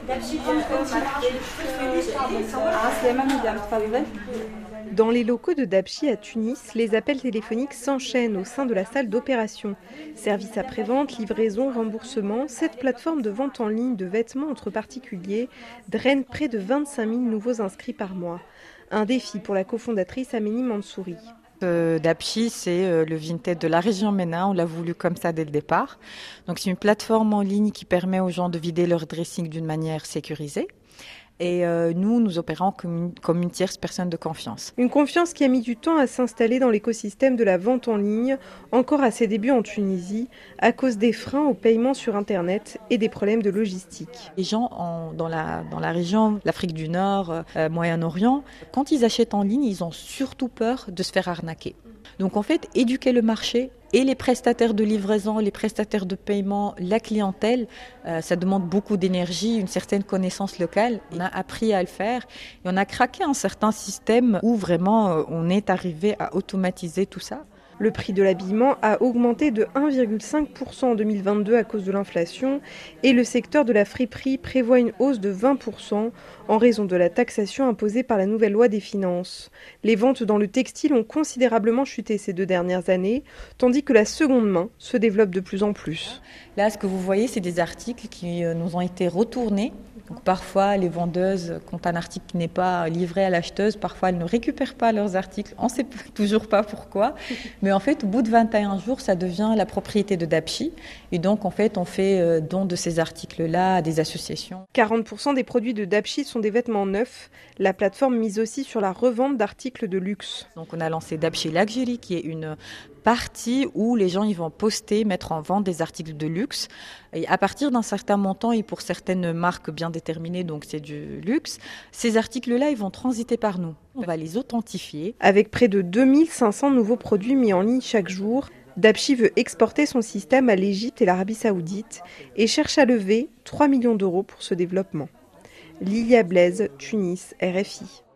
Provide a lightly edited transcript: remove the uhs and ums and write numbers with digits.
Dans les locaux de Dapchi à Tunis, les appels téléphoniques s'enchaînent au sein de la salle d'opération. Service après-vente, livraison, remboursement, cette plateforme de vente en ligne de vêtements entre particuliers draine près de 25 000 nouveaux inscrits par mois. Un défi pour la cofondatrice Amélie Mansouri. Dapchi, c'est le Vinted de la région MENA. On l'a voulu comme ça dès le départ. Donc c'est une plateforme en ligne qui permet aux gens de vider leur dressing d'une manière sécurisée. Et nous opérons comme une tierce personne de confiance. Une confiance qui a mis du temps à s'installer dans l'écosystème de la vente en ligne, encore à ses débuts en Tunisie, à cause des freins au paiement sur Internet et des problèmes de logistique. Les gens dans la région, l'Afrique du Nord, Moyen-Orient, quand ils achètent en ligne, ils ont surtout peur de se faire arnaquer. Donc en fait, éduquer le marché et les prestataires de livraison, les prestataires de paiement, la clientèle, ça demande beaucoup d'énergie, une certaine connaissance locale. On a appris à le faire et on a craqué un certain système où vraiment on est arrivé à automatiser tout ça. Le prix de l'habillement a augmenté de 1,5% en 2022 à cause de l'inflation et le secteur de la friperie prévoit une hausse de 20% en raison de la taxation imposée par la nouvelle loi des finances. Les ventes dans le textile ont considérablement chuté ces 2 dernières années, tandis que la seconde main se développe de plus en plus. Là, ce que vous voyez, c'est des articles qui nous ont été retournés. Donc, parfois, les vendeuses, quand un article n'est pas livré à l'acheteuse, parfois elles ne récupèrent pas leurs articles. On ne sait toujours pas pourquoi. Mais en fait, au bout de 21 jours, ça devient la propriété de Dapchi. Et donc, en fait, on fait don de ces articles-là à des associations. 40% des produits de Dapchi sont des vêtements neufs. La plateforme mise aussi sur la revente d'articles de luxe. Donc, on a lancé Dapchi Luxury, qui est une partie où les gens ils vont poster, mettre en vente des articles de luxe. Et à partir d'un certain montant et pour certaines marques bien déterminées, donc c'est du luxe, ces articles-là, ils vont transiter par nous. On va les authentifier. Avec près de 2500 nouveaux produits mis en ligne chaque jour, Dapchi veut exporter son système à l'Égypte et l'Arabie Saoudite et cherche à lever 3 millions d'euros pour ce développement. Lilia Blaise, Tunis, RFI.